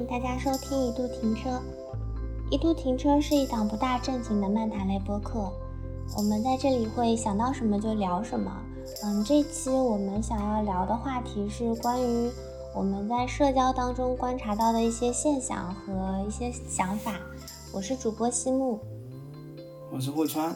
大家收听一度停车。一度停车是一档不大正经的漫谈类播客，我们在这里会想到什么就聊什么。这一期我们想要聊的话题是关于我们在社交当中观察到的一些现象和一些想法。我是主播西木， 我是户川。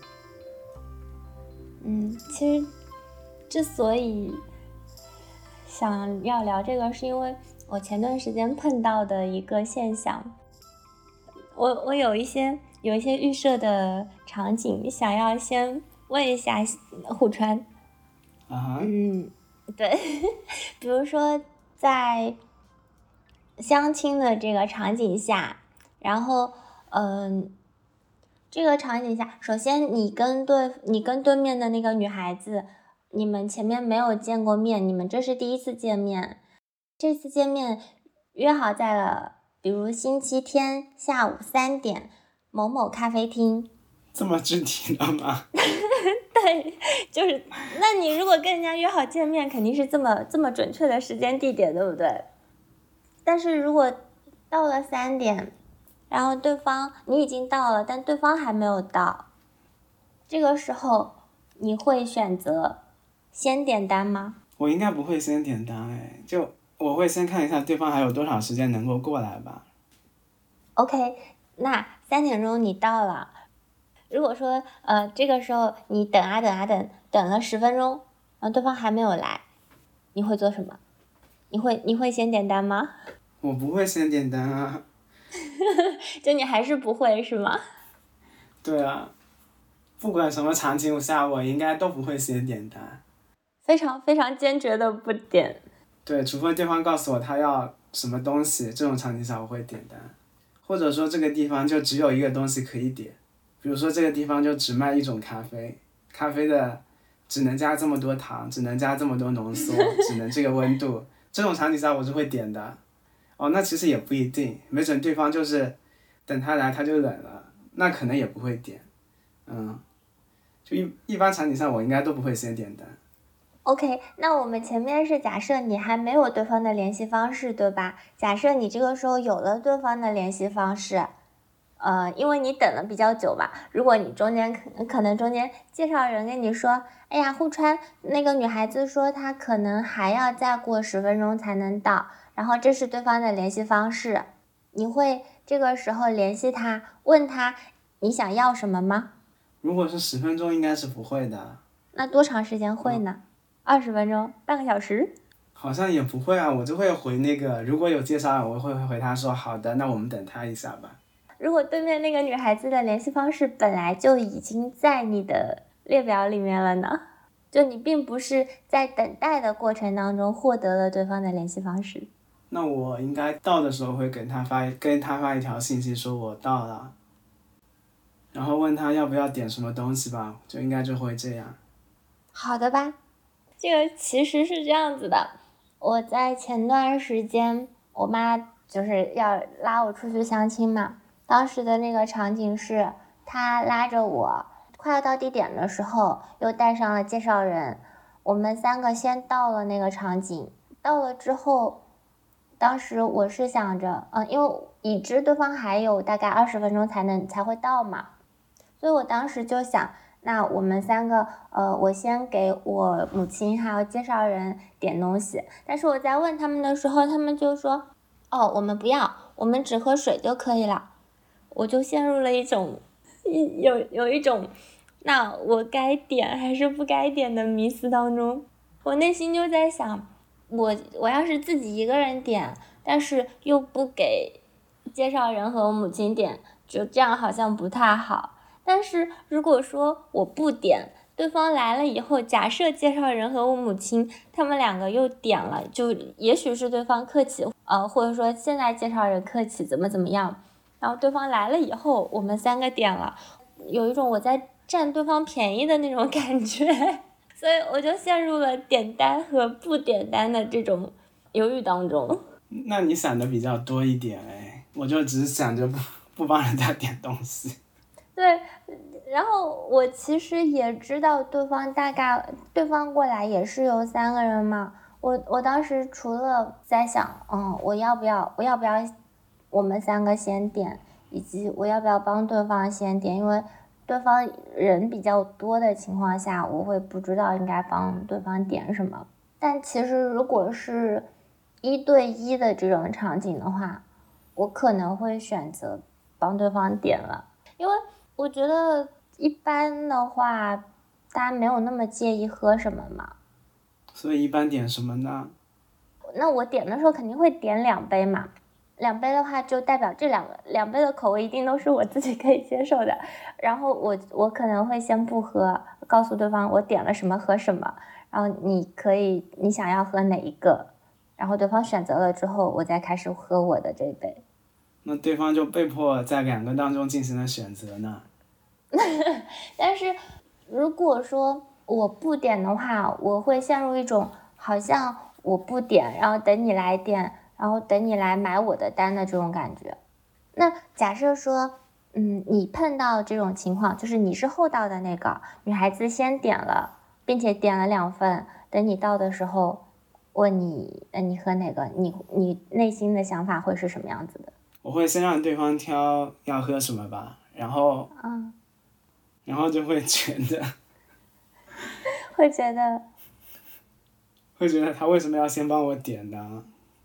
其实之所以想要聊这个，是因为我前段时间碰到的一个现象。我有一些预设的场景，想要先问一下户川。对，比如说在相亲的这个场景下，然后这个场景下，首先你跟对面的那个女孩子，你们前面没有见过面，你们这是第一次见面。这次见面约好在了比如星期天下午3点某某咖啡厅。 这么具体的吗？ 对，就是那你如果跟人家约好见面，肯定是这么准确的时间地点，对不对？但是如果到了3点，然后你已经到了，但对方还没有到，这个时候你会选择先点单吗？ 我应该不会先点单，就我会先看一下对方还有多少时间能够过来吧。 OK， 那3点钟你到了，如果说这个时候你等了10分钟，然后对方还没有来，你会做什么？你会先点单吗？ 我不会先点单啊。 就你还是不会是吗？ 对啊，不管什么场景下，我应该都不会先点单。 非常非常坚决的不点。 对，除非对方告诉我他要什么东西，这种场景下我会点单。或者说这个地方就只有一个东西可以点，比如说这个地方就只卖一种咖啡，咖啡的只能加这么多糖，只能加这么多浓缩，只能这个温度，这种场景下我是会点的。那其实也不一定，没准对方就是等他来他就冷了，那可能也不会点。就一般场景下我应该都不会先点单。 OK， 那我们前面是假设你还没有对方的联系方式，对吧？假设你这个时候有了对方的联系方式，因为你等了比较久嘛，如果你可能中间介绍人跟你说，哎呀，户川那个女孩子说她可能还要再过10分钟才能到，然后这是对方的联系方式，你会这个时候联系他，问他你想要什么吗？ 如果是10分钟应该是不会的。 那多长时间会呢？20分钟？半个小时？ 好像也不会啊，我就会回那个，如果有介绍人，我会回他说好的，那我们等他一下吧。 如果对面那个女孩子的联系方式本来就已经在你的列表里面了呢？就你并不是在等待的过程当中获得了对方的联系方式。 那我应该到的时候会跟他发一条信息说我到了，然后问他要不要点什么东西吧，就应该就会这样。 好的吧，这个其实是这样子的，我在前段时间我妈就是要拉我出去相亲嘛，当时的那个场景是她拉着我快要到地点的时候又带上了介绍人，我们3个先到了那个场景，到了之后当时我是想着因为已知对方还有大概20分钟才会到嘛，所以我当时就想，那我们3个我先给我母亲还有介绍人点东西，但是我在问他们的时候，他们就说我们不要，我们只喝水就可以了。我就陷入了一种有一种那我该点还是不该点的迷思当中。我内心就在想，我要是自己一个人点，但是又不给介绍人和我母亲点，就这样好像不太好。但是如果说我不点，对方来了以后，假设介绍人和我母亲他们2个又点了，就也许是对方客气，或者说现在介绍人客气怎么样，然后对方来了以后，我们3个点了，有一种我在占对方便宜的那种感觉，所以我就陷入了点单和不点单的这种犹豫当中。 那你想的比较多一点我就只是想着不帮人家点东西。 对，然后我其实也知道对方过来也是有3个人嘛，我当时除了在想我要不要我们三个先点，以及我要不要帮对方先点，因为对方人比较多的情况下，我会不知道应该帮对方点什么。但其实如果是1对1的这种场景的话，我可能会选择帮对方点了，因为我觉得一般的话，大家没有那么介意喝什么嘛。 所以一般点什么呢？ 那我点的时候肯定会点2杯嘛，2杯的话就代表这两杯的口味一定都是我自己可以接受的。然后我可能会先不喝，告诉对方我点了什么喝什么，然后你想要喝哪一个，然后对方选择了之后，我再开始喝我的这杯。 那对方就被迫在2个当中进行了选择呢？ 但是如果说我不点的话，我会陷入一种好像我不点，然后等你来点，然后等你来买我的单的这种感觉。那假设说，你碰到这种情况，就是你是后到的那个女孩子先点了，并且点了2份，等你到的时候问你，你喝哪个？你内心的想法会是什么样子的？ 我会先让对方挑要喝什么吧，然后就会觉得他为什么要先帮我点呢？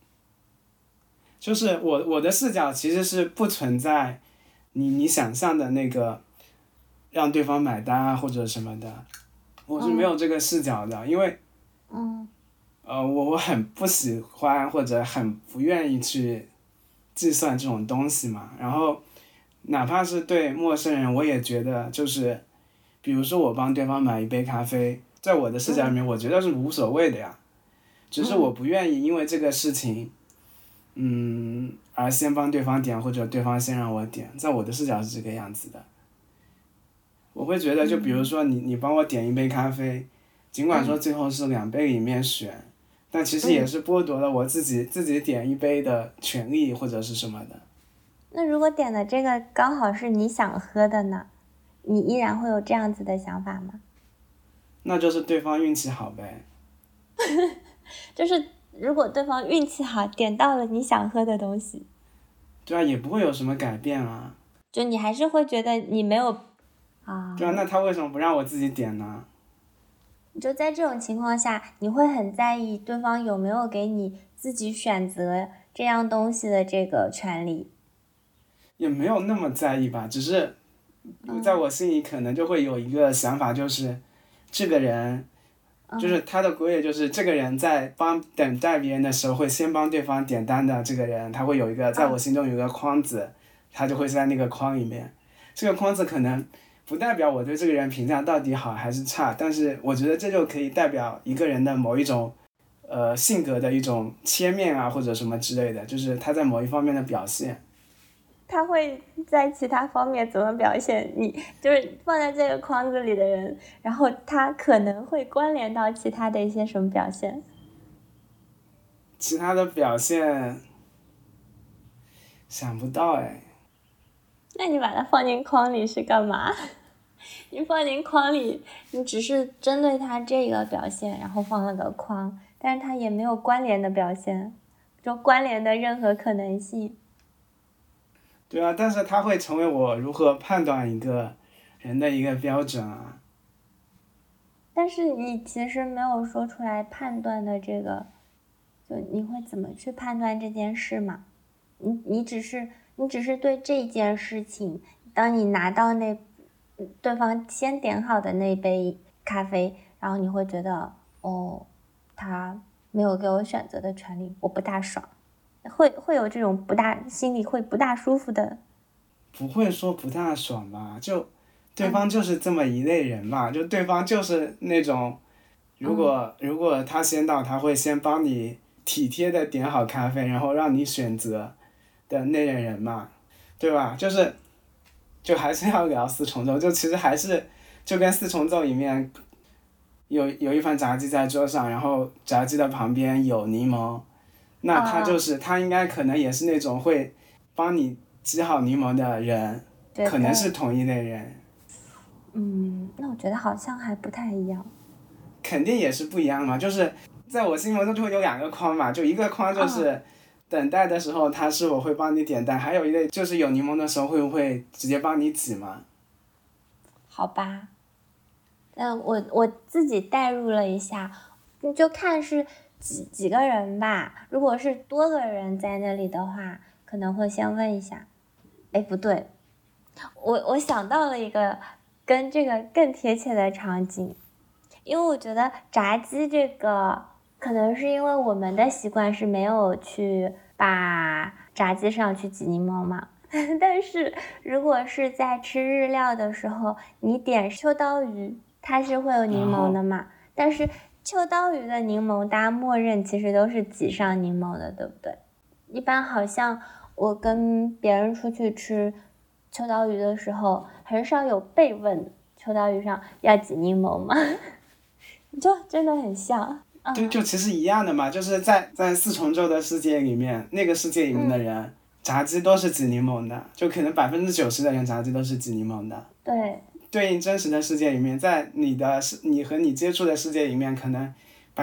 就是我的视角其实是不存在你想象的那个让对方买单啊或者什么的，我是没有这个视角的，因为我很不喜欢或者很不愿意去计算这种东西嘛，然后哪怕是对陌生人，我也觉得就是比如说我帮对方买一杯咖啡，在我的视角里面我觉得是无所谓的呀，只是我不愿意因为这个事情而先帮对方点或者对方先让我点，在我的视角是这个样子的。我会觉得就比如说你帮我点一杯咖啡，尽管说最后是2杯里面选，但其实也是剥夺了我自己点一杯的权利或者是什么的。 那如果点的这个刚好是你想喝的呢，你依然会有这样子的想法吗？ 那就是对方运气好呗。 就是如果对方运气好点到了你想喝的东西， 对啊，也不会有什么改变啊。 就你还是会觉得你没有对啊，那他为什么不让我自己点呢？ 就在这种情况下，你会很在意对方有没有给你自己选择这样东西的这个权利。 也没有那么在意吧，只是在我心里可能就会有一个想法，就是这个人就是他的规律，就是这个人在等待别人的时候会先帮对方点单的这个人，他会有一个在我心中有一个框子，他就会在那个框里面。这个框子可能不代表我对这个人评价到底好还是差，但是我觉得这就可以代表一个人的某一种性格的一种切面啊或者什么之类的，就是他在某一方面的表现。 他会在其他方面怎么表现？你就是放在这个框子里的人，然后他可能会关联到其他的一些什么表现？ 其他的表现想不到哎。 那你把它放进框里是干嘛？你放进框里，你只是针对他这个表现，然后放了个框，但是他也没有关联的表现，就关联的任何可能性。 对啊，但是它会成为我如何判断一个人的一个标准啊。 但是你其实没有说出来判断的这个，就你会怎么去判断这件事嘛？你只是对这件事情，当你拿到对方先点好的那杯咖啡，然后你会觉得他没有给我选择的权利，我不大爽。会有这种心里会不大舒服的。 不会说不大爽吧，就对方就是这么一类人嘛，就对方就是那种如果他先到，他会先帮你体贴的点好咖啡，然后让你选择的那类人嘛，对吧？就还是要聊四重奏，就其实还是就跟四重奏里面有一盘炸鸡在桌上，然后炸鸡的旁边有柠檬，那他应该可能也是那种会帮你挤好柠檬的人，可能是同一类人。 那我觉得好像还不太一样。 肯定也是不一样嘛，就是在我心目中就会有2个框嘛，就一个框就是等待的时候他是我会帮你点单，还有一类就是有柠檬的时候会不会直接帮你挤嘛？ 好吧，但我自己代入了一下，就看是几个人吧。如果是多个人在那里的话，可能会先问一下。哎，不对，我想到了一个跟这个更贴切的场景，因为我觉得炸鸡这个可能是因为我们的习惯是没有去把炸鸡上去挤柠檬嘛。但是如果是在吃日料的时候，你点秋刀鱼，它是会有柠檬的嘛？但是秋刀鱼的柠檬，大家默认其实都是挤上柠檬的，对不对？一般好像我跟别人出去吃秋刀鱼的时候，很少有被问秋刀鱼上要挤柠檬吗？就真的很像。 就其实一样的嘛，就是在四重奏的世界里面，那个世界里面的人，炸鸡都是挤柠檬的，就可能90%的人炸鸡都是挤柠檬的。 对。 对应真实的世界里面，在你和你接触的世界里面，可能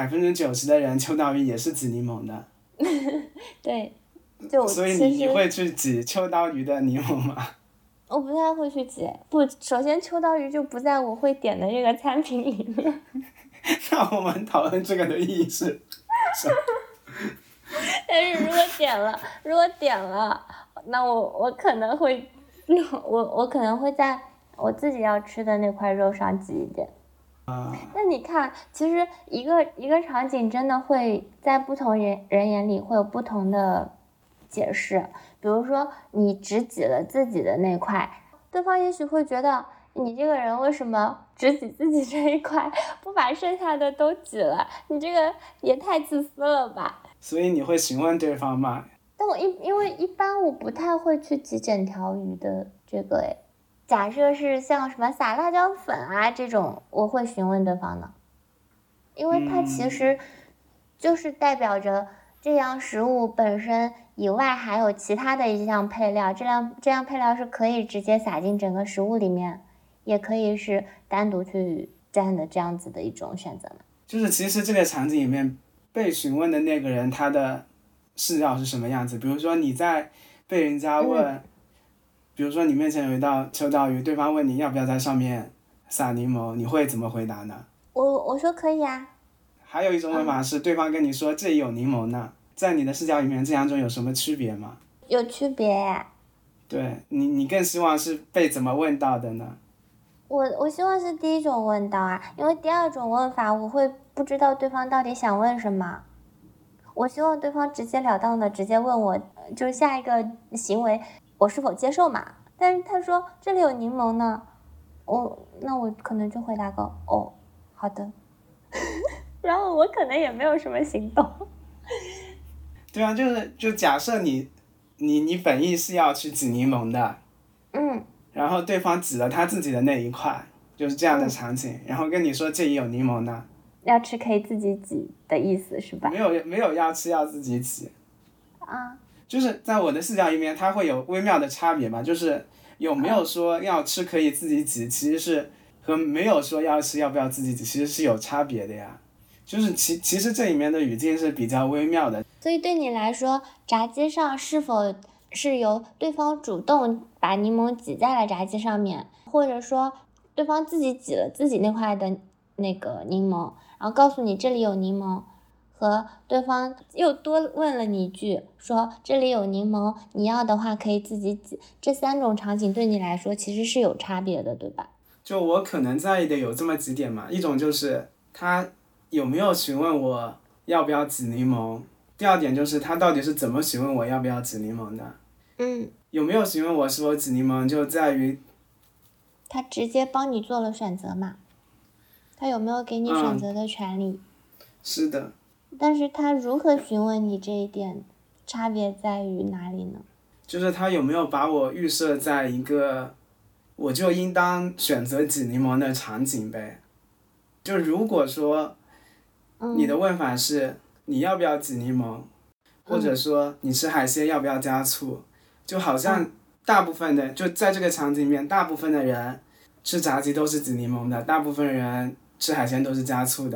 90%的人秋刀鱼也是挤柠檬的。 对，就所以你会去挤秋刀鱼的柠檬吗？ 我不太会去挤，不，首先秋刀鱼就不在我会点的这个餐品里面。 那我们讨论这个的意义是什么？ 但是如果点了，那我可能会，我可能会在我自己要吃的那块肉上挤一点。那你看，其实一个场景真的会在不同人眼里会有不同的解释。比如说，你只挤了自己的那块，对方也许会觉得你这个人为什么只挤自己这一块，不把剩下的都挤了？你这个也太自私了吧！ 所以你会询问对方吗？ 但因为一般我不太会去挤整条鱼的这个诶。假设是像什么撒辣椒粉啊这种，我会询问对方的，因为它其实就是代表着这样食物本身以外还有其他的一项配料，这样配料是可以直接撒进整个食物里面，也可以是单独去蘸的这样子的一种选择嘛。 就是其实这个场景里面被询问的那个人他的视角是什么样子？比如说你在被人家问。比如说你面前有一道秋刀鱼，对方问你要不要在上面撒柠檬，你会怎么回答呢？ 我说可以啊。 还有一种问法是，对方跟你说这里有柠檬呢，在你的视角里面，这两种有什么区别吗？ 有区别。 对你更希望是被怎么问到的呢？ 我希望是第一种问到啊，因为第二种问法我会不知道对方到底想问什么。我希望对方直截了当的直接问我，就是下一个行为我是否接受嘛？但是他说这里有柠檬呢，那我可能就回答个哦，好的，然后我可能也没有什么行动。 对啊，就假设你本意是要去挤柠檬的，然后对方挤了他自己的那一块，就是这样的场景，然后跟你说这里有柠檬呢， 要吃可以自己挤的意思是吧？ 没有要吃要自己挤。 啊。 就是在我的视角里面，它会有微妙的差别嘛，就是有没有说要吃可以自己挤，其实是和没有说要吃要不要自己挤，其实是有差别的呀。就是其实这里面的语境是比较微妙的。 所以对你来说，炸鸡上是否是由对方主动把柠檬挤在了炸鸡上面，或者说对方自己挤了自己那块的那个柠檬，然后告诉你这里有柠檬，和对方又多问了你一句说这里有柠檬，你要的话可以自己挤，这三种场景对你来说其实是有差别的，对吧？ 就我可能在意的有这么几点嘛，一种就是他有没有询问我要不要挤柠檬，第二点就是他到底是怎么询问我要不要挤柠檬的。有没有询问我是否挤柠檬，就在于他直接帮你做了选择嘛，他有没有给你选择的权利？ 是的。 但是他如何询问你这一点，差别在于哪里呢？ 就是他有没有把我预设在一个我就应当选择挤柠檬的场景呗。就如果说你的问法是你要不要挤柠檬，或者说你吃海鲜要不要加醋，就好像大部分的就在这个场景里面，大部分的人吃炸鸡都是挤柠檬的，大部分人吃海鲜都是加醋的，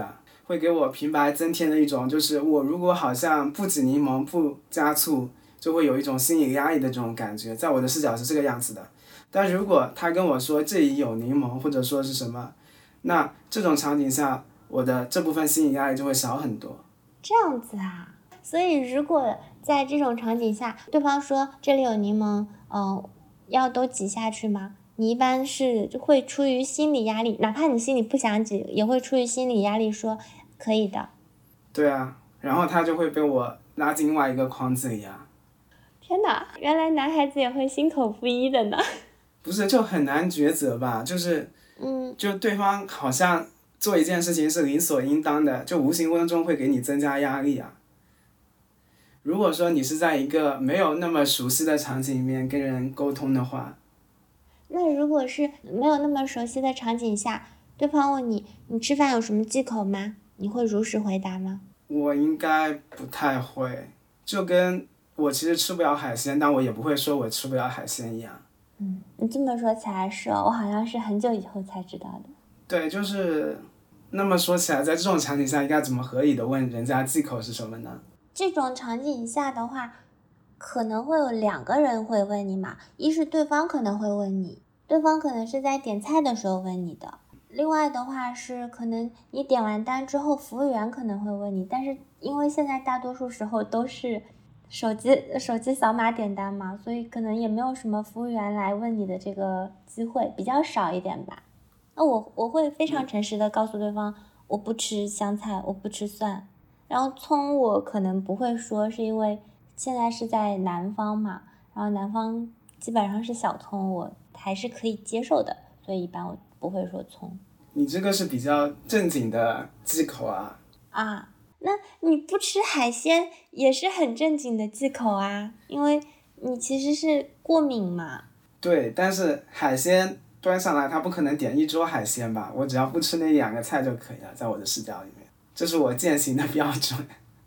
会给我平白增添的一种，就是我如果好像不挤柠檬不加醋，就会有一种心理压力的这种感觉，在我的视角是这个样子的。但如果他跟我说这里有柠檬或者说是什么，那这种场景下我的这部分心理压力就会小很多。 这样子啊，所以如果在这种场景下，对方说这里有柠檬，要都挤下去吗？你一般是会出于心理压力，哪怕你心里不想挤，也会出于心理压力说可以的。 对啊，然后他就会被我拉进另外一个框子里啊。 天哪，原来男孩子也会心口不一的呢。 不是，就很难抉择吧，就对方好像做一件事情是理所应当的，就无形中会给你增加压力啊。如果说你是在一个没有那么熟悉的场景里面跟人沟通的话， 那如果是没有那么熟悉的场景下，对方问你吃饭有什么忌口吗？你会如实回答吗？ 我应该不太会，就跟我其实吃不了海鲜，但我也不会说我吃不了海鲜一样。 你这么说起来是哦，我好像是很久以后才知道的。 对，就是那么说起来，在这种场景下应该怎么合理的问人家忌口是什么呢？ 这种场景下的话，可能会有2个人会问你嘛，一是对方可能会问你，对方可能是在点菜的时候问你的。另外的话是可能你点完单之后，服务员可能会问你，但是因为现在大多数时候都是手机扫码点单嘛，所以可能也没有什么服务员来问你的这个机会，比较少一点吧。那我会非常诚实的告诉对方，我不吃香菜，我不吃蒜，然后葱我可能不会说，是因为现在是在南方嘛，然后南方基本上是小葱，我还是可以接受的，所以一般我不会说葱。 你这个是比较正经的忌口啊。 啊，那你不吃海鲜也是很正经的忌口啊，因为你其实是过敏嘛。 对，但是海鲜端上来，他不可能点一桌海鲜吧？我只要不吃那2个菜就可以了，在我的视角里面，这是我践行的标准。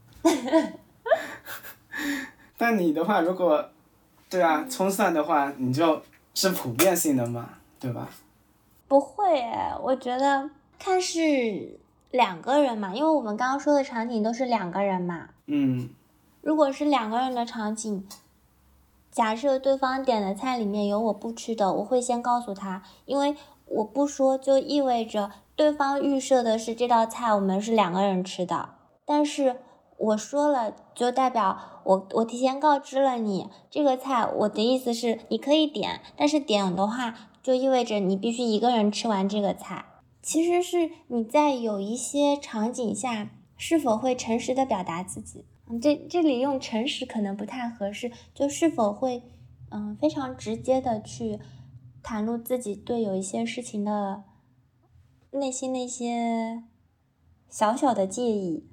但你的话，如果对啊，葱蒜的话，你就是普遍性的嘛，对吧？ 不会诶，我觉得看是2个人嘛，因为我们刚刚说的场景都是2个人嘛。如果是2个人的场景，假设对方点的菜里面有我不吃的，我会先告诉他，因为我不说就意味着对方预设的是这道菜我们是2个人吃的，但是我说了就代表我提前告知了你这个菜，我的意思是你可以点，但是点的话就意味着你必须1个人吃完这个菜。其实是你在有一些场景下是否会诚实的表达自己。这里用诚实可能不太合适，就是否会非常直接的去袒露自己对有一些事情的内心那些小小的介意。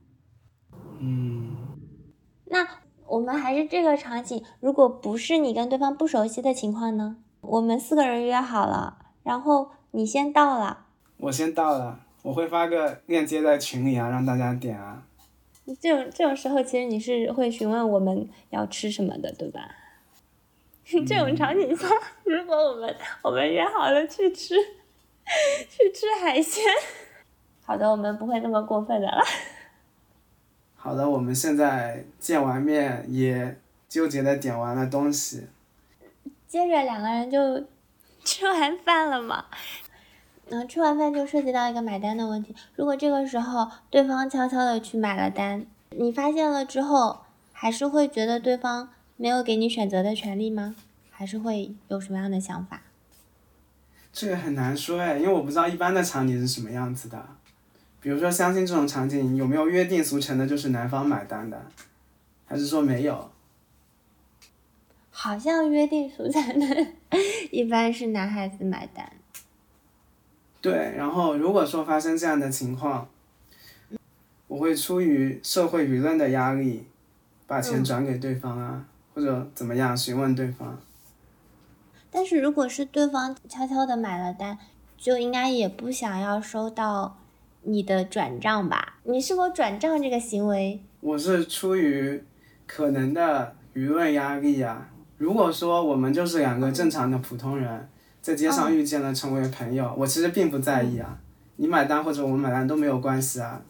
那我们还是这个场景，如果不是你跟对方不熟悉的情况呢？我们4个人约好了，然后你先到了。 我先到了，我会发个链接在群里啊，让大家点啊。 这种时候，其实你是会询问我们要吃什么的，对吧？这种场景下，如果我们约好了去吃海鲜，好的，我们不会那么过分的了。 好的，我们现在见完面，也纠结的点完了东西， 接着2个人就吃完饭了嘛。吃完饭就涉及到一个买单的问题。如果这个时候对方悄悄的去买了单，你发现了之后，还是会觉得对方没有给你选择的权利吗？还是会有什么样的想法？ 这个很难说哎，因为我不知道一般的场景是什么样子的。比如说相亲这种场景，有没有约定俗成的就是男方买单的，还是说没有？ 好像约定俗成的一般是男孩子买单。 对，然后如果说发生这样的情况，我会出于社会舆论的压力，把钱转给对方啊，或者怎么样询问对方。 但是如果是对方悄悄的买了单，就应该也不想要收到你的转账吧？你是否转账这个行为？ 我是出于可能的舆论压力啊。如果说我们就是2个正常的普通人，在街上遇见了成为朋友，我其实并不在意啊。你买单或者我买单都没有关系啊。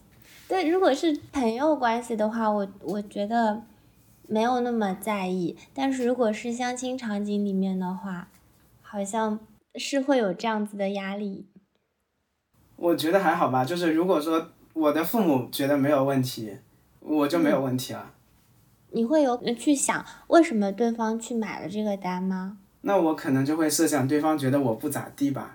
对，如果是朋友关系的话，我觉得没有那么在意，但是如果是相亲场景里面的话，好像是会有这样子的压力。 我觉得还好吧，就是如果说我的父母觉得没有问题，我就没有问题了。 你会有去想为什么对方去买了这个单吗？ 那我可能就会设想对方觉得我不咋地吧。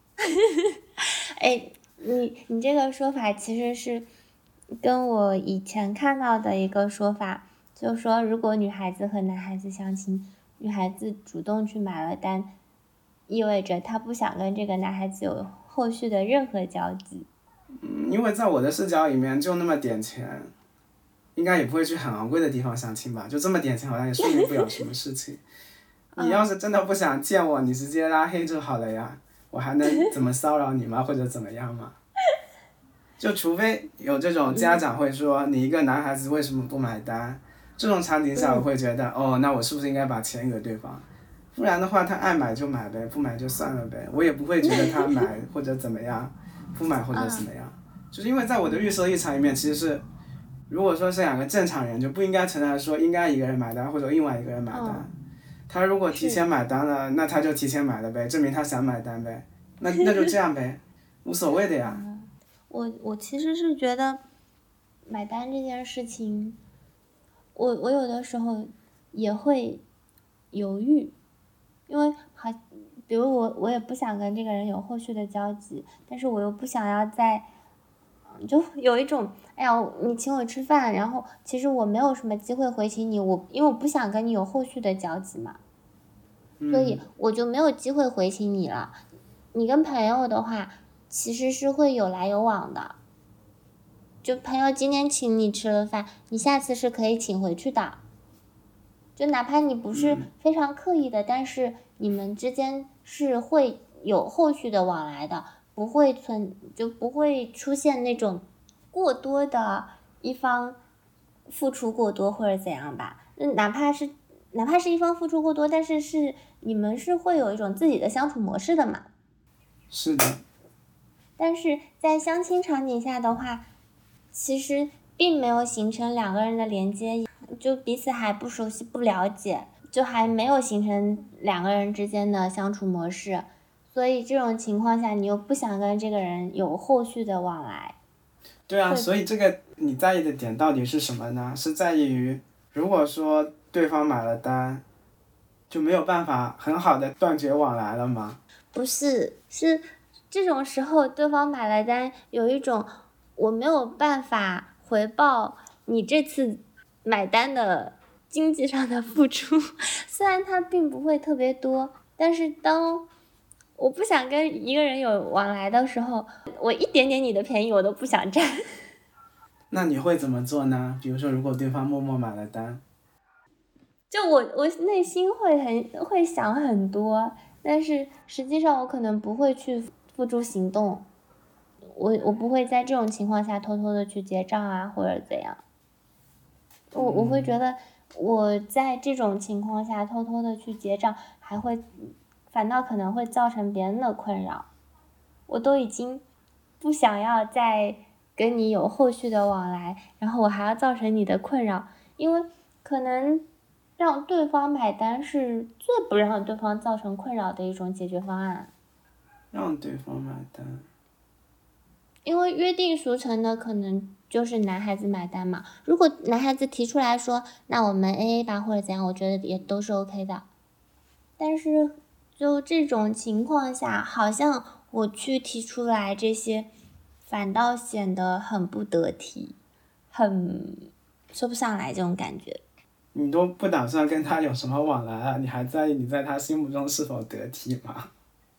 哎，你这个说法其实是跟我以前看到的一个说法，就是说如果女孩子和男孩子相亲，女孩子主动去买了单，意味着她不想跟这个男孩子有后续的任何交集。 因为在我的视角里面就那么点钱，应该也不会去很昂贵的地方相亲吧，就这么点钱好像也说明不了什么事情。你要是真的不想见我，你直接拉黑就好了呀，我还能怎么骚扰你吗？或者怎么样吗？就除非有这种家长会说你一个男孩子为什么不买单，这种场景下我会觉得哦，那我是不是应该把钱给对方？不然的话他爱买就买呗，不买就算了呗，我也不会觉得他买或者怎么样，不买或者怎么样。就是因为在我的预设立场里面，其实是如果说是两个正常人，就不应该存在说应该一个人买单或者另外一个人买单。他如果提前买单了，那他就提前买了呗，证明他想买单呗，那就这样呗，无所谓的呀。 我其实是觉得买单这件事情，我有的时候也会犹豫，因为比如我也不想跟这个人有后续的交集，但是我又不想要就有一种，哎呀，你请我吃饭，然后其实我没有什么机会回请你，因为我不想跟你有后续的交集嘛，所以我就没有机会回请你了。你跟朋友的话，其实是会有来有往的，就朋友今天请你吃了饭，你下次是可以请回去的。就哪怕你不是非常刻意的，但是你们之间是会有后续的往来的，不会出现那种过多的一方付出过多或者怎样吧。哪怕是一方付出过多，但是你们是会有一种自己的相处模式的嘛。 是的。 但是在相亲场景下的话，其实并没有形成两个人的连接，就彼此还不熟悉不了解，就还没有形成两个人之间的相处模式，所以这种情况下你又不想跟这个人有后续的往来。 对啊，所以这个你在意的点到底是什么呢？是在意于如果说对方买了单，就没有办法很好的断绝往来了吗？ 不是，是这种时候对方买了单，有一种我没有办法回报你这次买单的经济上的付出，虽然它并不会特别多，但是当我不想跟一个人有往来的时候，我一点点你的便宜我都不想占。 那你会怎么做呢？比如说如果对方默默买了单。 就我内心会想很多，但是实际上我可能不会去付诸行动，我不会在这种情况下偷偷的去结账啊或者怎样，我会觉得我在这种情况下偷偷的去结账，反倒可能会造成别人的困扰，我都已经不想要再跟你有后续的往来，然后我还要造成你的困扰，因为可能让对方买单是最不让对方造成困扰的一种解决方案。 让对方买单。 因为约定俗成的可能就是男孩子买单嘛。如果男孩子提出来说，那我们 AA 吧或者怎样，我觉得也都是 OK 的。但是就这种情况下，好像我去提出来这些，反倒显得很不得体，很说不上来这种感觉。 你都不打算跟他有什么往来啊？你还在意你在他心目中是否得体吗？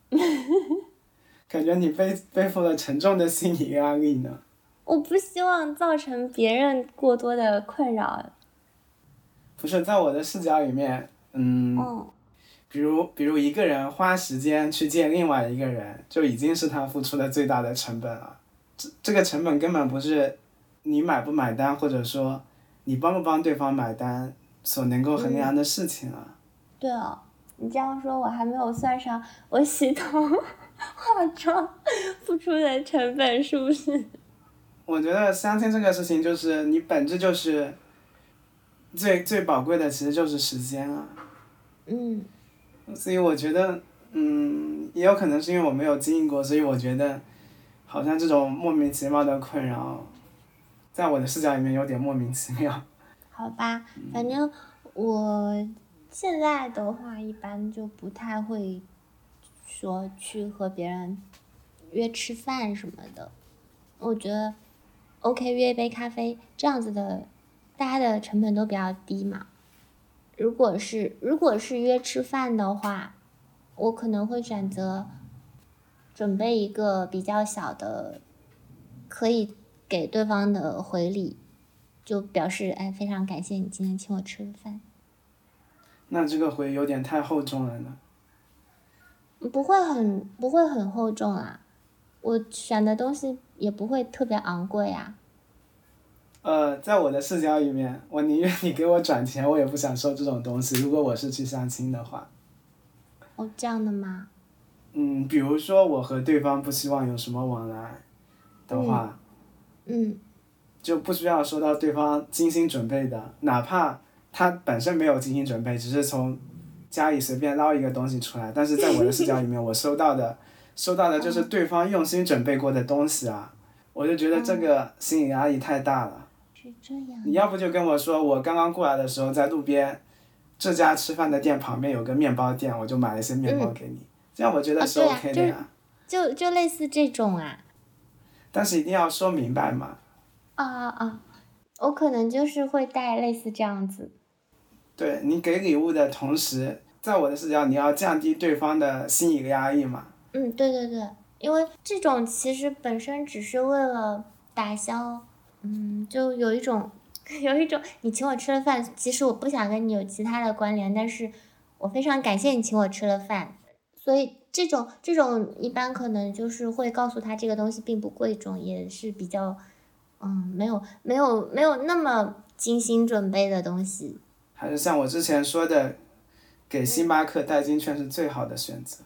感觉你背负了沉重的心理压力呢。 我不希望造成别人过多的困扰。 不是，在我的视角里面，比如一个人花时间去见另外一个人，就已经是他付出的最大的成本了。这个成本根本不是你买不买单，或者说你帮不帮对方买单所能够衡量的事情啊。 对哦，你这样说我还没有算上我洗头化妆付出的成本，是不是？ 我觉得相亲这个事情就是你本质就是最宝贵的，其实就是时间啊。所以我觉得，也有可能是因为我没有经历过，所以我觉得好像这种莫名其妙的困扰，在我的视角里面有点莫名其妙。 好吧，反正我现在的话一般就不太会说去和别人约吃饭什么的。我觉得 OK 约一杯咖啡这样子的，大家的成本都比较低嘛。如果是约吃饭的话，我可能会选择准备一个比较小的，可以给对方的回礼，就表示非常感谢你今天请我吃了饭。 那这个回有点太厚重了呢。 不会很厚重啊，我选的东西也不会特别昂贵啊。 在我的视角里面，我宁愿你给我转钱，我也不想收这种东西。如果我是去相亲的话。 哦，这样的吗？ 比如说我和对方不希望有什么往来的话，就不需要收到对方精心准备的，哪怕他本身没有精心准备，只是从家里随便捞一个东西出来，但是在我的视角里面，我收到的就是对方用心准备过的东西啊，我就觉得这个心理压力太大了。 是这样。 你要不就跟我说，我刚刚过来的时候在路边这家吃饭的店旁边有个面包店，我就买了一些面包给你，这样我觉得是 OK 的呀。 就类似这种啊。 但是一定要说明白嘛。 我可能就是会带类似这样子。 对，你给礼物的同时，在我的视角，你要降低对方的心理压力嘛。 对对对，因为这种其实本身只是为了打消，就有一种你请我吃了饭，其实我不想跟你有其他的关联，但是我非常感谢你请我吃了饭，所以这种一般可能就是会告诉他这个东西并不贵重，也是比较没有那么精心准备的东西。 还是像我之前说的，给星巴克代金券是最好的选择。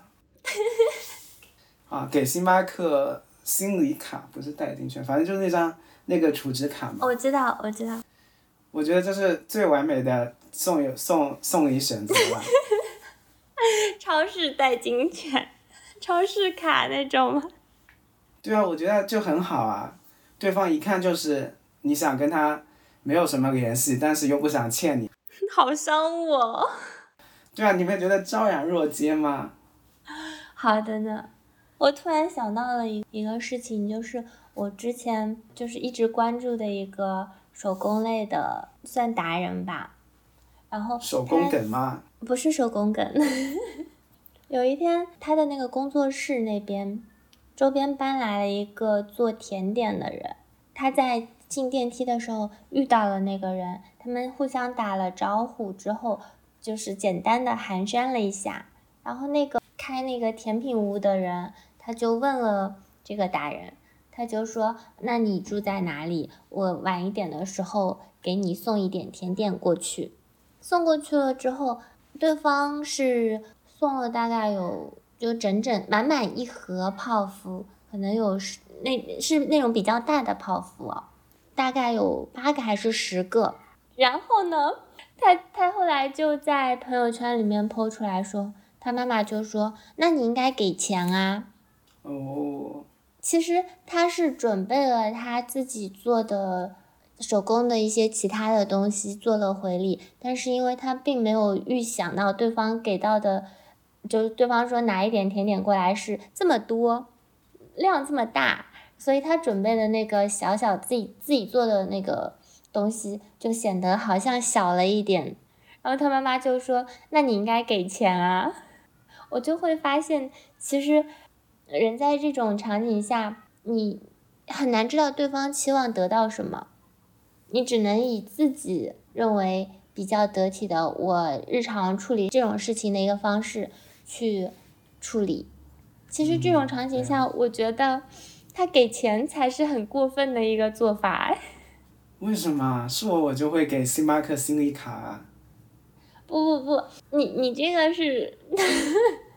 给星巴克心理卡，不是代金券，反正就是那个储值卡嘛。 我知道。 我觉得这是最完美的送礼选择了。 超市代金券，超市卡那种吗？ 对啊，我觉得就很好啊，对方一看就是你想跟他没有什么联系，但是又不想欠你。 好伤我。 对啊，你会觉得昭然若揭吗？ 好的呢，我突然想到了一个事情，就是我之前就是一直关注的一个手工类的算达人吧，然后手工梗吗？ 不是手工梗。有一天他的那个工作室那边周边搬来了一个做甜点的人，他在进电梯的时候遇到了那个人，他们互相打了招呼之后，就是简单的寒暄了一下，然后那个开那个甜品屋的人他就问了这个达人，他就说那你住在哪里，我晚一点的时候给你送一点甜点过去。送过去了之后，对方是送了大概有就整满满一盒泡芙，可能有那种比较大的泡芙哦，大概有8个还是10个。然后呢，他后来就在朋友圈里面 po 出来说，他妈妈就说那你应该给钱啊。其实他是准备了他自己做的手工的一些其他的东西做了回礼，但是因为他并没有预想到对方给到的，就是对方说拿一点甜点过来是这么多量这么大，所以他准备的那个小自己做的那个东西就显得好像小了一点，然后他妈妈就说那你应该给钱啊。我就会发现其实人在这种场景下你很难知道对方期望得到什么，你只能以自己认为比较得体的我日常处理这种事情的一个方式去处理。其实这种场景下我觉得他给钱才是很过分的一个做法。 为什么？是我就会给星巴克心理卡啊。 不，你这个是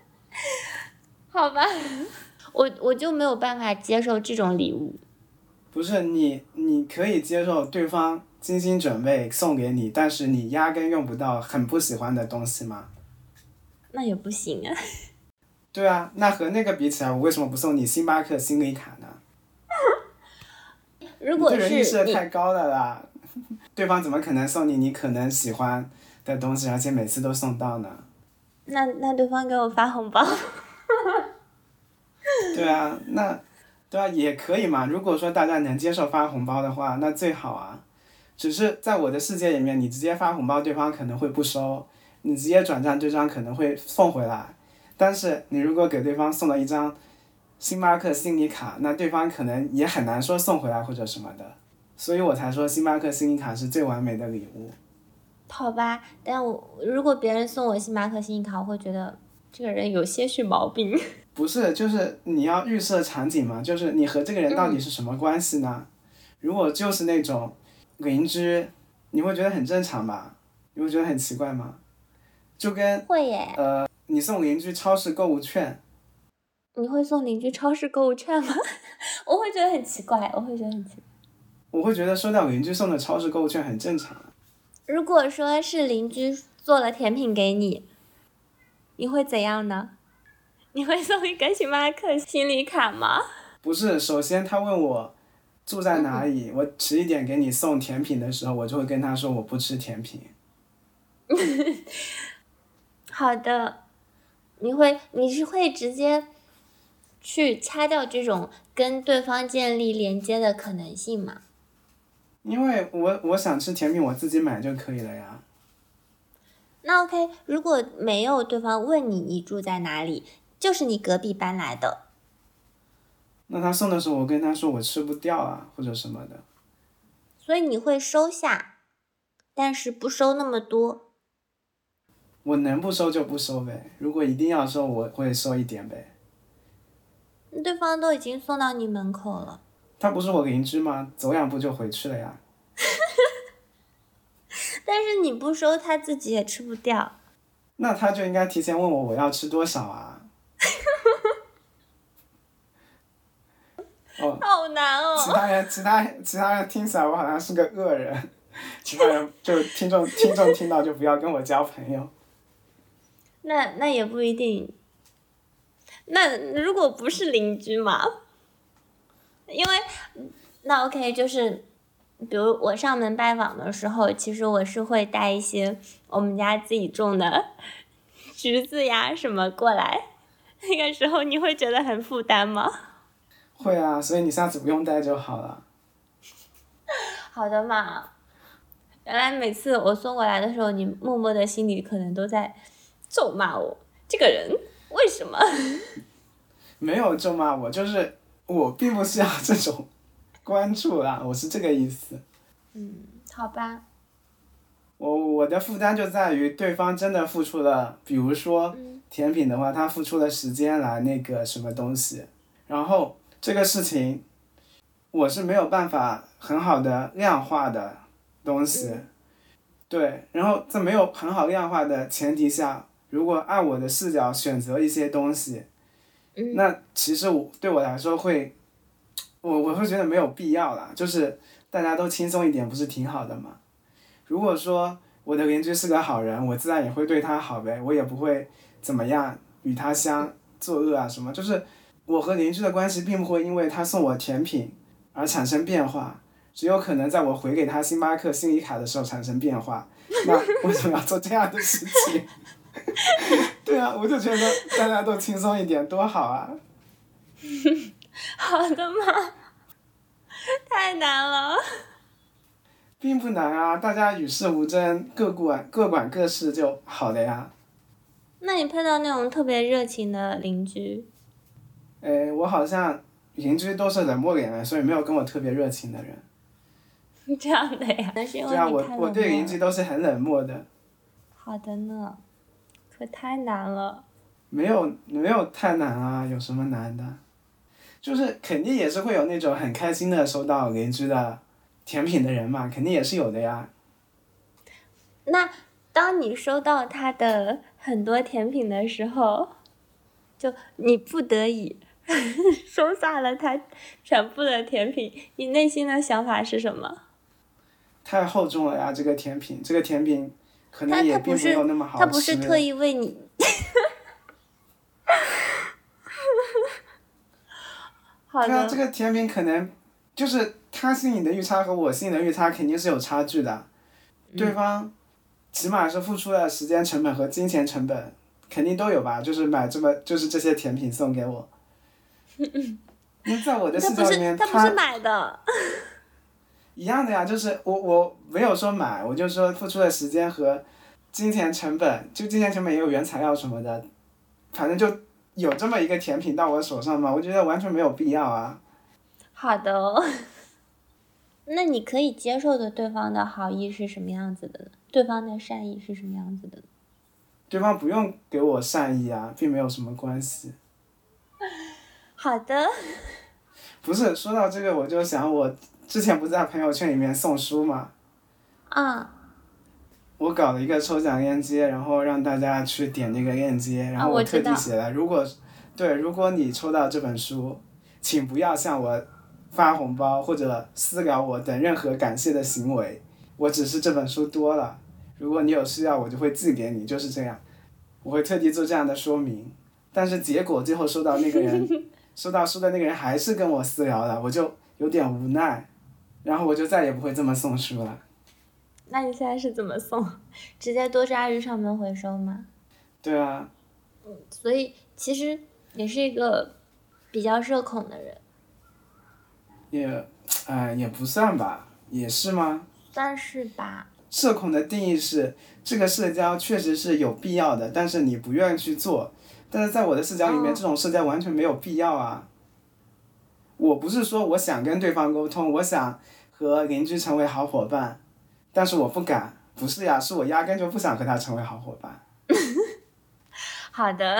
好吧，我就没有办法接受这种礼物。 不是你可以接受对方精心准备送给你，但是你压根用不到很不喜欢的东西吗？ 那也不行啊。 对啊，那和那个比起来，我为什么不送你星巴克心理卡呢？ 如果你对人意是你， 识太高了啦，对方怎么可能送你可能喜欢的东西，而且每次都送到呢？ 那对方给我发红包。 对啊，对啊，也可以嘛。如果说大家能接受发红包的话，那最好啊。只是在我的世界里面，你直接发红包，对方可能会不收；你直接转账，对方可能会送回来。但是你如果给对方送了一张星巴克心理卡，那对方可能也很难说送回来或者什么的。所以我才说星巴克心理卡是最完美的礼物。 好吧，但如果别人送我星巴克心意卡，我会觉得这个人有些许毛病。 不是，就是你要预设场景嘛，就是你和这个人到底是什么关系呢？如果就是那种邻居，你会觉得很正常吧？你会觉得很奇怪吗？就跟会耶。 你送邻居超市购物券。 你会送邻居超市购物券吗？我会觉得很奇怪，我会觉得很奇怪。 我会觉得收到邻居送的超市购物券很正常。 如果说是邻居做了甜品给你，你会怎样呢？你会送一个星巴克心理卡吗？ 不是，首先他问我住在哪里，我迟一点给你送甜品的时候，我就会跟他说我不吃甜品。 好的，你是会直接去掐掉这种跟对方建立连接的可能性吗？ 因为我想吃甜品，我自己买就可以了呀。 那 OK， 如果没有对方问你住在哪里，就是你隔壁搬来的， 那他送的时候，我跟他说我吃不掉啊，或者什么的。 所以你会收下，但是不收那么多。 我能不收就不收呗，如果一定要收，我会收一点呗。 对方都已经送到你门口了， 他不是我邻居吗？走两步就回去了呀。 但是你不收，他自己也吃不掉。 那他就应该提前问我要吃多少啊。哦， 好难哦。 其他人听起来我好像是个恶人，其他人就听众听到就不要跟我交朋友。 那也不一定。那如果不是邻居嘛？因为那 OK， 就是比如我上门拜访的时候，其实我是会带一些我们家自己种的橘子呀什么过来。那个时候你会觉得很负担吗？ 会啊，所以你下次不用带就好了。 好的嘛。原来每次我送过来的时候，你默默的心里可能都在咒骂我，这个人为什么？ 没有咒骂我，就是我并不需要这种关注啦，我是这个意思。 好吧。 我的负担就在于对方真的付出了，比如说甜品的话，他付出了时间来那个什么东西，然后这个事情我是没有办法很好的量化的东西。对，然后在没有很好量化的前提下，如果按我的视角选择一些东西，那其实对我来说我会觉得没有必要啦，就是大家都轻松一点，不是挺好的吗？如果说我的邻居是个好人，我自然也会对他好呗，我也不会怎么样与他作恶啊什么，就是我和邻居的关系并不会因为他送我甜品而产生变化，只有可能在我回给他星巴克心理卡的时候产生变化。那为什么要做这样的事情？对啊，我就觉得大家都轻松一点多好啊。 好的嘛。太难了。 并不难啊，大家与世无争，各管各事就好了呀。 那你碰到那种特别热情的邻居？ 我好像邻居都是冷漠脸人，所以没有跟我特别热情的人。 这样的呀？那是因为对啊， 你太冷漠了。 我对邻居都是很冷漠的。 好的呢，可太难了。 没有太难啊，有什么难的？就是肯定也是会有那种很开心的收到邻居的甜品的人嘛，肯定也是有的呀。 那当你收到他的很多甜品的时候，就你不得已收下了他全部的甜品，你内心的想法是什么？ 太厚重了呀，这个甜品可能也并没有那么好吃。 他不是特意为你好的。 对啊，这个甜品可能就是他心里的预差和我心里的预差肯定是有差距的，对方起码是付出了时间成本和金钱成本，肯定都有吧，就是买就是这些甜品送给我。那在我的视角里面， 他不是买的。 一样的呀，就是我没有说买，我就说付出的时间和金钱成本，就金钱成本也有原材料什么的，反正就有这么一个甜品到我手上嘛，我觉得完全没有必要啊。 好的哦。那你可以接受的对方的好意是什么样子的呢？对方的善意是什么样子的呢？ 对方不用给我善意啊，并没有什么关系。 好的。 不是，说到这个我就想，我之前不是在朋友圈里面送书嘛，我搞了一个抽奖链接，然后让大家去点那个链接，然后我特地写了，如果你抽到这本书，请不要向我发红包或者私聊我等任何感谢的行为，我只是这本书多了，如果你有需要我就会寄给你，就是这样，我会特地做这样的说明。但是结果最后收到书的那个人还是跟我私聊了，我就有点无奈，然后我就再也不会这么送书了。 那你现在是怎么送？直接多抓鱼上门回收吗？ 对啊。 所以其实你是一个比较社恐的人。 也不算吧，也是吗？ 算是吧。 社恐的定义是，这个社交确实是有必要的，但是你不愿意去做。但是在我的视角里面，这种社交完全没有必要啊。我不是说我想跟对方沟通，我想和邻居成为好伙伴，但是我不敢，不是呀，是我压根就不想和他成为好伙伴。 好的。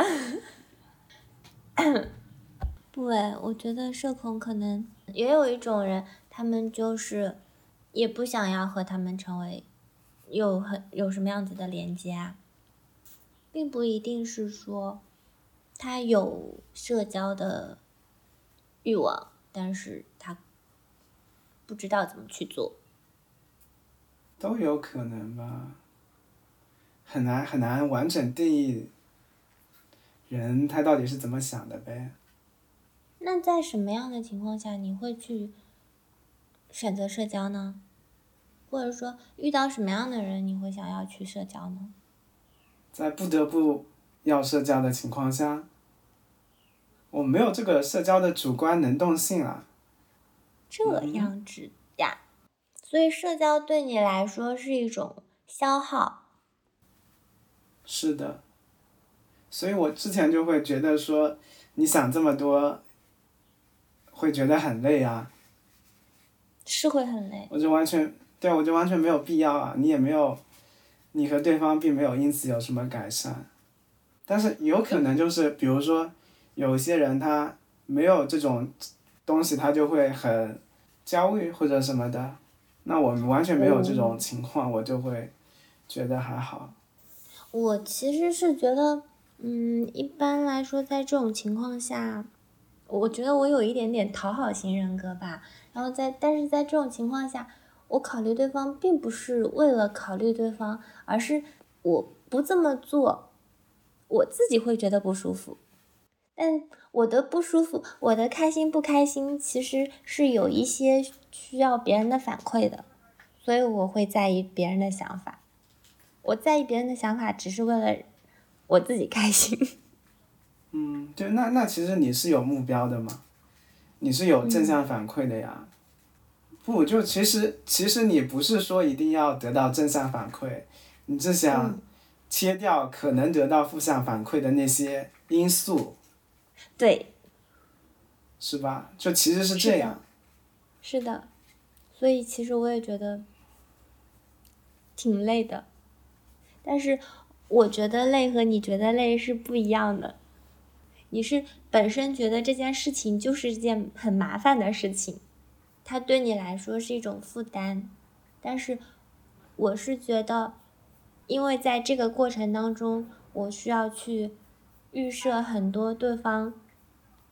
不诶，我觉得社恐可能也有一种人，他们就是也不想要和他们成为有什么样子的连接啊，并不一定是说他有社交的欲望，但是他不知道怎么去做。 都有可能吧，很难完整定义人他到底是怎么想的呗。 那在什么样的情况下你会去选择社交呢？或者说遇到什么样的人你会想要去社交呢？ 在不得不要社交的情况下，我没有这个社交的主观能动性啊。 这样子呀。所以社交对你来说是一种消耗。 是的。所以我之前就会觉得说，你想这么多，会觉得很累啊。 是会很累。 我就完全没有必要啊，你和对方并没有因此有什么改善。但是有可能就是比如说，有一些人他没有这种东西，他就会很焦虑或者什么的。那我们完全没有这种情况，我就会觉得还好。 我其实是觉得，一般来说在这种情况下，我觉得我有一点点讨好型人格吧。然后但是在这种情况下，我考虑对方并不是为了考虑对方，而是我不这么做，我自己会觉得不舒服。但我的不舒服，我的开心不开心，其实是有一些需要别人的反馈的，所以我会在意别人的想法。我在意别人的想法，只是为了我自己开心。 对，那其实你是有目标的嘛，你是有正向反馈的呀。不，就其实你不是说一定要得到正向反馈，你只想切掉可能得到负向反馈的那些因素。 对。 是吧？就其实是这样。 是的。所以其实我也觉得挺累的，但是我觉得累和你觉得累是不一样的。你是本身觉得这件事情就是一件很麻烦的事情，它对你来说是一种负担，但是我是觉得，因为在这个过程当中，我需要去预设很多对方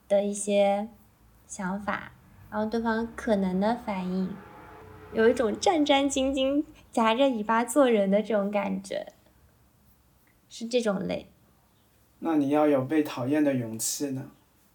的一些想法，然后对方可能的反应，有一种战战兢兢夹着尾巴做人的这种感觉，是这种累。 那你要有被讨厌的勇气呢。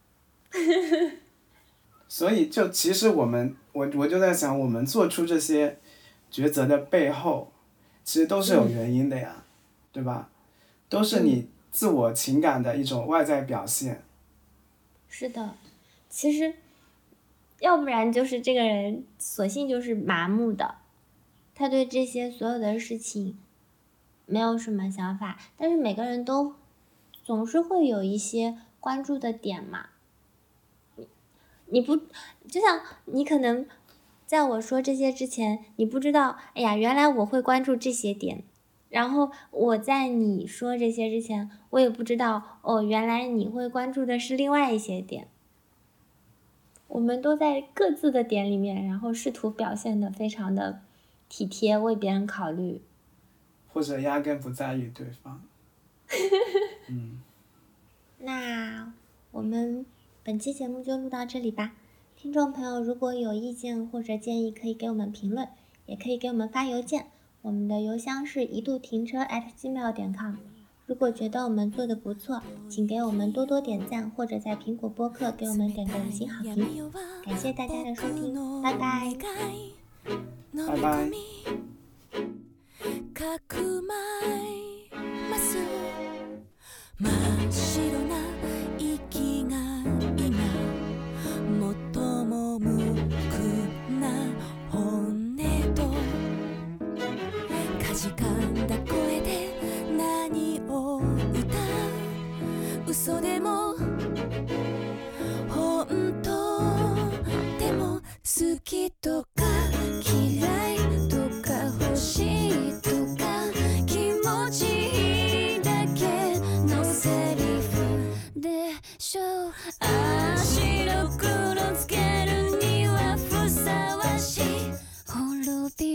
所以就其实我就在想，我们做出这些抉择的背后，其实都是有原因的呀，对吧？都是你自我情感的一种外在表现。 是的，其实要不然就是这个人索性就是麻木的，他对这些所有的事情没有什么想法，但是每个人都总是会有一些关注的点嘛。你不就像你可能在我说这些之前，你不知道，哎呀，原来我会关注这些点。然后我在你说这些之前，我也不知道，哦，原来你会关注的是另外一些点。我们都在各自的点里面，然后试图表现得非常的体贴，为别人考虑， 或者压根不在意对方。 那我们本期节目就录到这里吧。听众朋友如果有意见或者建议，可以给我们评论，也可以给我们发邮件，我们的邮箱是一度停车@gmail.com。如果觉得我们做的不错，请给我们多多点赞，或者在苹果播客给我们点个5星好评。感谢大家的收听，拜拜。 拜拜。 真っ白な息が今最も無垢な本音とかじかんだ声で何を歌う嘘でも本当でも好きとか嫌いとか欲しいとか気持ちいいだけのセリフでしょう。ああ白黒つけるにはふさわしい滅び